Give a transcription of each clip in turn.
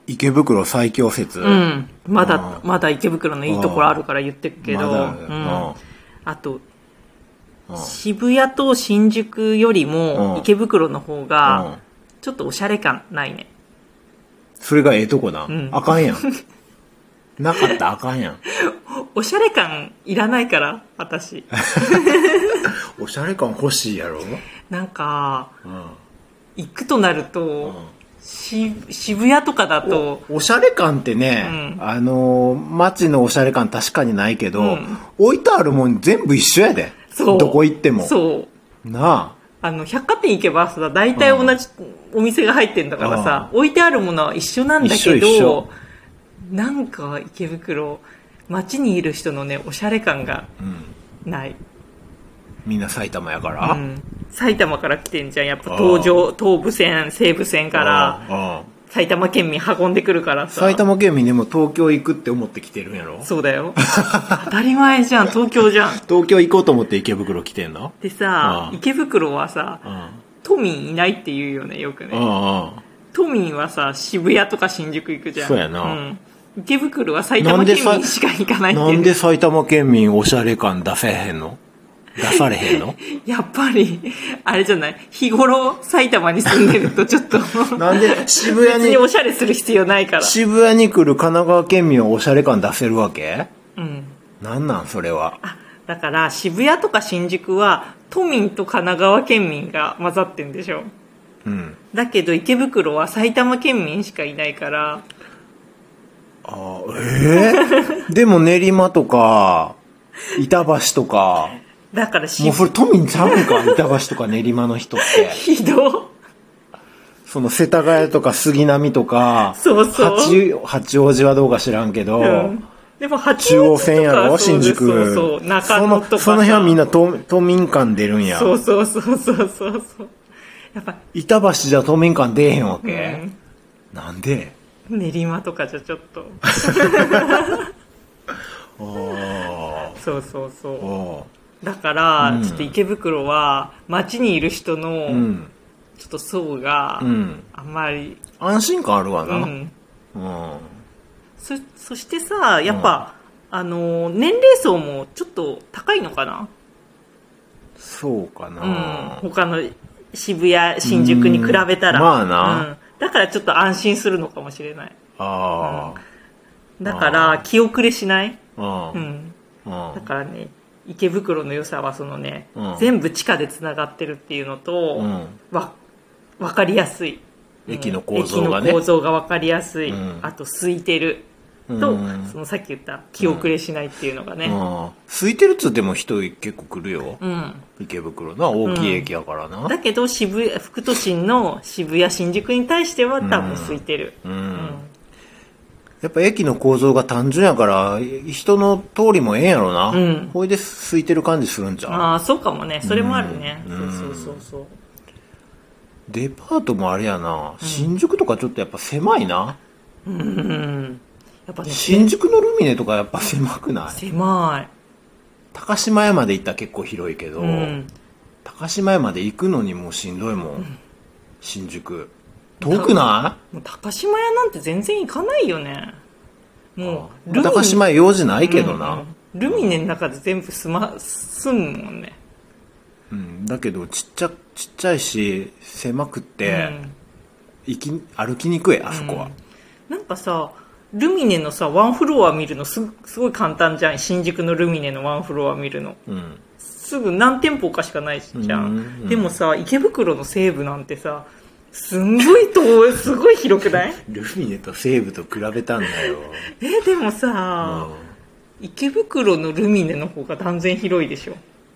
池袋最強説。 まだ池袋のいいところあるから言ってくけど、あと渋谷と新宿よりも池袋の方がちょっとおしゃれ感ないね。 それがええとこな。あかんやん。なかったらあかんやん。 おしゃれ感いらないから私。 おしゃれ感欲しいやろ。 なんか、行くとなると、渋谷とかだとおしゃれ感ってね、街のおしゃれ感確かにないけど、置いてあるもん全部一緒やで。どこ行っても。 そうなあ。 百貨店行けばさ、大体同じお店が入ってんだからさ、置いてあるものは一緒なんだけど、なんか池袋、街にいる人のね、おしゃれ感がない。 みんな埼玉やから、 埼玉から来てんじゃん。やっぱ東武線、西武線から埼玉県民運んでくるからさ。 埼玉県民でも東京行くって思って来てるんやろ。 そうだよ。当たり前じゃん。東京じゃん。 東京行こうと思って池袋来てんのでさ、池袋はさ、都民いないって言うよね、よくね。都民はさ、渋谷とか新宿行くじゃん。 そうやな。 池袋は埼玉県民しか行かないっていう。 なんで埼玉県民おしゃれ感出せへんの？出されへんの？ やっぱりあれじゃない、日頃埼玉に住んでるとちょっとなんで渋谷に別におしゃれする必要ないから。 渋谷に来る神奈川県民はおしゃれ感出せるわけ？なんそれは。 だから渋谷とか新宿は都民と神奈川県民が混ざってんでしょ。だけど池袋は埼玉県民しかいないから。 でも練馬とか板橋とか。 だからもうそれ都民ちゃうんか。板橋とか練馬の人って。 ひど。 その世田谷とか杉並とか、八王子はどうか知らんけど、 でも中央線やろ、新宿。 中野とかその辺はみんな都民感出るんや。 そう。やっぱ板橋じゃ都民感出えへんわけ？なんで？ 練馬とかじゃちょっと。そう。だからちょっと池袋は街にいる人のちょっと層があんまり安心感あるわな。 そしてさ、やっぱ年齢層もちょっと高いのかな。 そうかな。 他の渋谷新宿に比べたら、 まあな。 だからちょっと安心するのかもしれない。だから気遅れしない。だからね、池袋の良さはそのね、全部地下でつながってるっていうのと、分かりやすい。 駅の構造がね。 駅の構造が分かりやすい。あと空いてる。と、そのさっき言った気遅れしないっていうのがね。 空いてるっつっても人結構来るよ。池袋な、大きい駅やからな。 だけど副都心の渋谷新宿に対しては多分空いてる。 やっぱ駅の構造が単純やから人の通りもええんやろな。ほいで空いてる感じするんちゃう？ そうかもね。それもあるね。そう。 デパートもあれやな。新宿とかちょっとやっぱ狭いな。 やっぱね、 新宿のルミネとかやっぱ狭くない？ 狭い。 高島屋まで行ったら結構広いけど、高島屋まで行くのにもうしんどいもん。新宿遠くない？ もう高島屋なんて全然行かないよね。もう高島屋用事ないけどな。 ルミネの中で全部住むもんね。 だけどちっちゃいし狭くって歩きにくい、あそこは。 なんかさ、ルミネのさワンフロア見るのすごい簡単じゃん。新宿のルミネのワンフロア見るの、すぐ何店舗かしかないじゃん。でもさ、池袋の西部なんてさ、すごい広くない？ ルミネと西部と比べたんだよ。 でもさ、池袋のルミネの方が断然広いでしょ。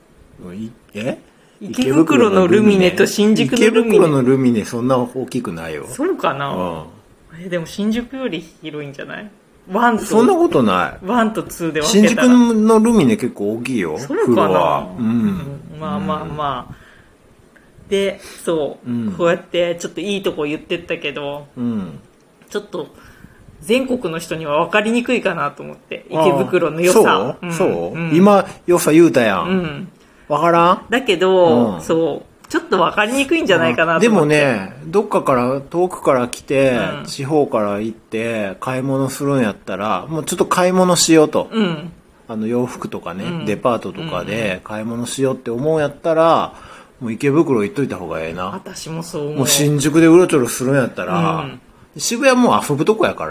池袋のルミネと新宿のルミネ。 池袋のルミネそんな大きくないよ。 そうかな。でも新宿より広いんじゃない？ そんなことない。 1と2で分けたら新宿のルミネ結構大きいよ。 そうかな。まあ。で、こうやってちょっといいとこ言ってったけど、ちょっと全国の人には分かりにくいかなと思って、池袋の良さ。 そう、今良さ言うたやん。分からん？ だけど、 ちょっと分かりにくいんじゃないかなと思って。 でもね、どっかから遠くから来て、地方から行って買い物するんやったらもうちょっと買い物しようと、洋服とかね、デパートとかで買い物しようって思うんやったらもう池袋行っといた方がええな。 私もそう思う。 もう新宿でうろちょろするんやったら、渋谷もう遊ぶとこやから、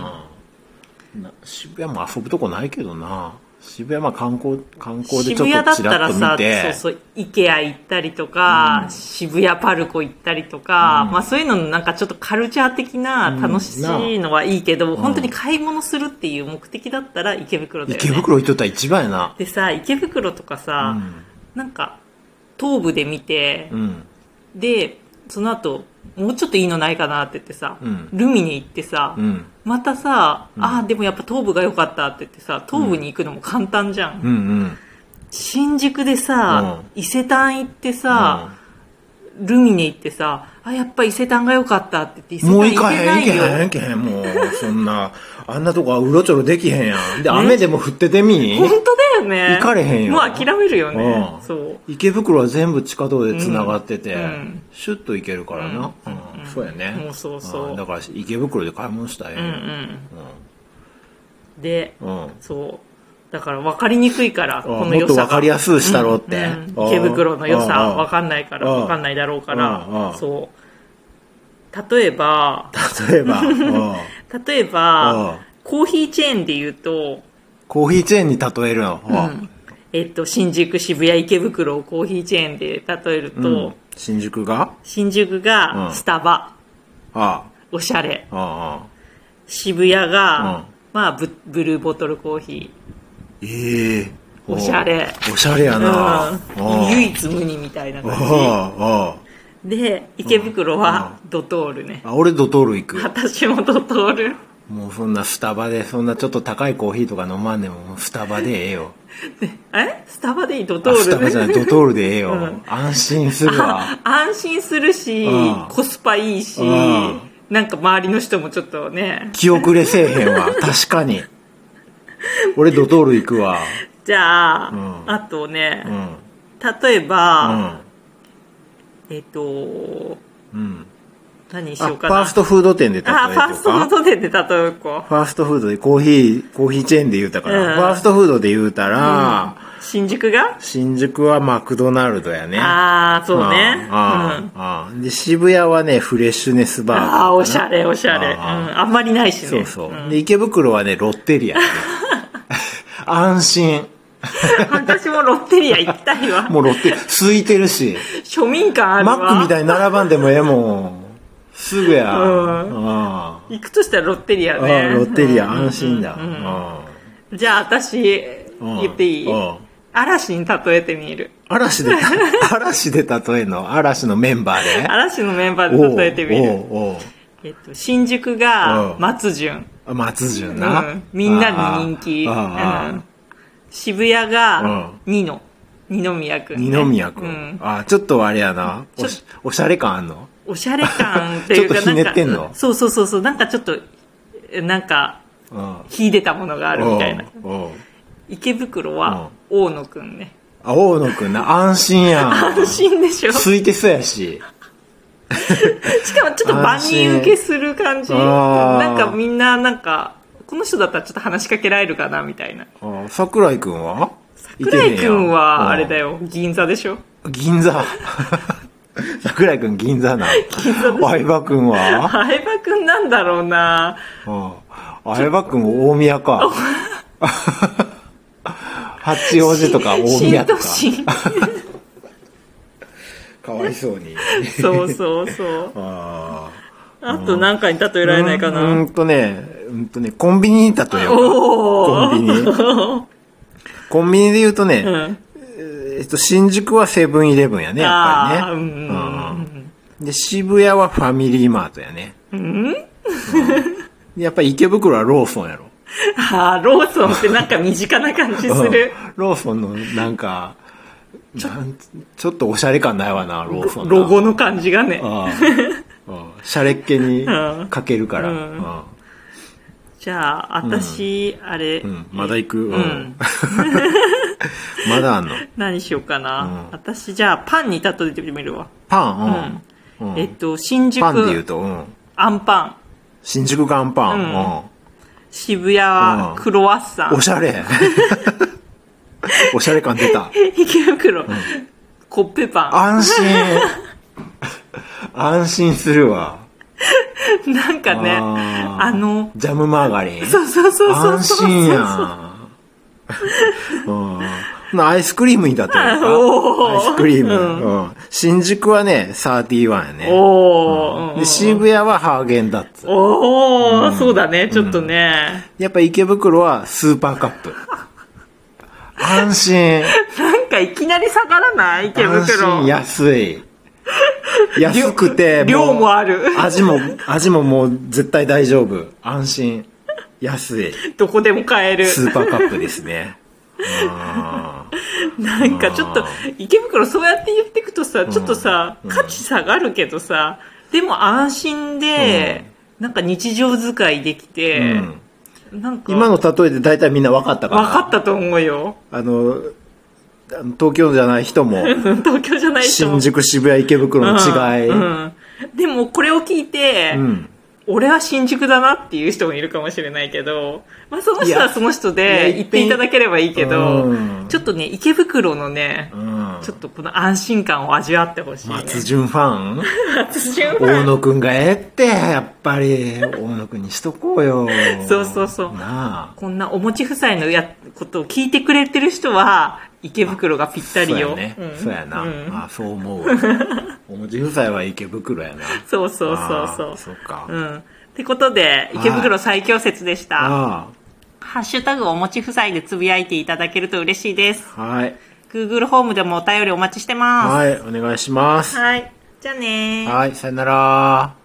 渋谷も遊ぶとこないけどな。渋谷観光でちょっとチラッと見て。渋谷だったらさ、 そう、IKEA 行ったりとか、渋谷パルコ行ったりとか、そういうのなんかちょっとカルチャー的な楽しいのはいいけど、本当に買い物するっていう目的だったら池袋だよね。 池袋行っとったら一番やな。 でさ、池袋とかさ、なんか東部で見て、でその後もうちょっといいのないかなって言ってさ、ルミネ行ってさ、またさ、でもやっぱ東部が良かったって言ってさ、東部に行くのも簡単じゃん。新宿でさ、伊勢丹行ってさ、ルミネ行ってさ、やっぱ伊勢丹が良かったって言って伊勢丹行けないよ。 もう行けへんもうそんなあんなとこはうろちょろできへんやん。で、雨でも降っててみ。 本当だよね。 行かれへんよ。 もう諦めるよね。そう。 池袋は全部地下道で繋がってて、シュッと行けるからな。そうやね。 もうそうそう。 だから池袋で買い物したらええ。で、そう。だから分かりにくいから、この良さが。 もっと分かりやすくしたろって。 池袋の良さ分かんないから、分かんないだろうから、そう。例えば、コーヒーチェーンで言うと、 コーヒーチェーンに例えるの、 新宿、渋谷、池袋をコーヒーチェーンで例えると、 新宿がスタバ、おしゃれ。渋谷が、ブルーボトルコーヒー。おしゃれ。 おしゃれやな。 唯一無二みたいな感じ。で、池袋はドトールね。 俺ドトール行く。 私もドトール。 もうそんなスタバでそんなちょっと高いコーヒーとか飲まんでもスタバでええよ。 スタバでいい？ドトール。 スタバじゃない、ドトールでええよ。安心するわ。 安心するし、コスパいいし、なんか周りの人もちょっとね。 気遅れせえへんわ。確かに。俺ドトール行くわ。 じゃあ、あとね、例えば、何にしようかな。 ファーストフード店で例えようか。 ファーストフード店で例えようか。 ファーストフードでコーヒーチェーンで言うたから、ファーストフードで言うたら、 新宿はマクドナルドやね。 そうね。 で、渋谷はね、フレッシュネスバーガー。 おしゃれ、おしゃれ。あんまりないしね。 そうそう。で、池袋はね、ロッテリア。安心。 私もロッテリア行きたいわ。 もうロッテリア、空いてるし。 庶民感あるわ。 マックみたいに並ばんでもええもん。すぐや。 行くとしたらロッテリアね。 ロッテリア、安心だ。 じゃあ私、言っていい？嵐に例えてみる。 嵐で例えんの？嵐のメンバーで？ 嵐のメンバーで例えてみる。新宿が松潤。 松潤な。 みんなに人気。渋谷が二宮くん。 二宮くん。ちょっとあれやな。おしゃれ感あんの？ おしゃれ感っていうか、 ちょっとひねってんの？ そう、なんかちょっと、なんか、秀でたものがあるみたいな。池袋は大野くんね。 大野くんな、安心やん。 安心でしょ。 空いてそうやし。 しかもちょっと万人受けする感じ。なんかみんななんか、この人だったらちょっと話しかけられるかなみたいな。 桜井くんは？ 桜井くんはあれだよ、銀座でしょ。 銀座。桜井くん銀座な。相葉くんは？ 相葉くんなんだろうな。 相葉くん大宮か。八王子とか大宮とか。かわいそうに。 そう。あと何かに例えられないかな。 コンビニに例えようか。コンビニで言うとね、新宿はセブンイレブンやね、やっぱりね。で、渋谷はファミリーマートやね。やっぱり池袋はローソンやろ。 ローソンってなんか身近な感じする。 ローソンのなんか、ちょっとおしゃれ感ないわな、ローソン。 ロゴの感じがね。 シャレっ気にかけるから。 じゃあ、私、あれ、 まだ行く、まだあんの。 何しようかな。私、じゃあ、パンに例えてみるわ。 パン新宿。 パンで言うと、 あんパン。 新宿があんパン。 渋谷はクロワッサン。 おしゃれ。おしゃれ感出た。 池袋、コッペパン。 安心。安心するわ。 なんかね、 ジャムマーガリン。 そう。 安心やん。アイスクリームに例えるか。アイスクリーム。新宿はね、31やね。で、渋谷はハーゲンダッツ。 そうだね、ちょっとね。 やっぱ池袋はスーパーカップ。安心。 なんかいきなり下がらない池袋。 安心、安い。安くて、 量もある。 味ももう絶対大丈夫。安心。安い。 どこでも買える。 スーパーカップですね。 なんかちょっと、池袋そうやって言っていくとさ、ちょっとさ、価値下がるけどさ、でも安心で、なんか日常使いできて、なんか今の例えで大体みんな分かったかな。 分かったと思うよ。 東京じゃない人も東京じゃない人も新宿渋谷池袋の違い、 でもこれを聞いて、俺は新宿だなっていう人もいるかもしれないけど、まあ、その人はその人で言っていただければいいけど、ちょっとね池袋のね、ちょっとこの安心感を味わってほしい、ね、 松潤ファン松潤ファン大野くんがってやっぱり大野くんにしとこうよ。 そうなあ、こんなお餅夫妻のことを聞いてくれてる人は池袋がぴったりよ。 そうやな、そう思うわ。お餅夫妻は池袋やな。 そうそっか。ってことで池袋最強説でした。ハッシュタグお餅夫妻でつぶやいていただけると嬉しいです。 はい。 Google ホームでもお便りお待ちしてます。 はい、お願いします。 はい。じゃあねー。 はい、さよなら。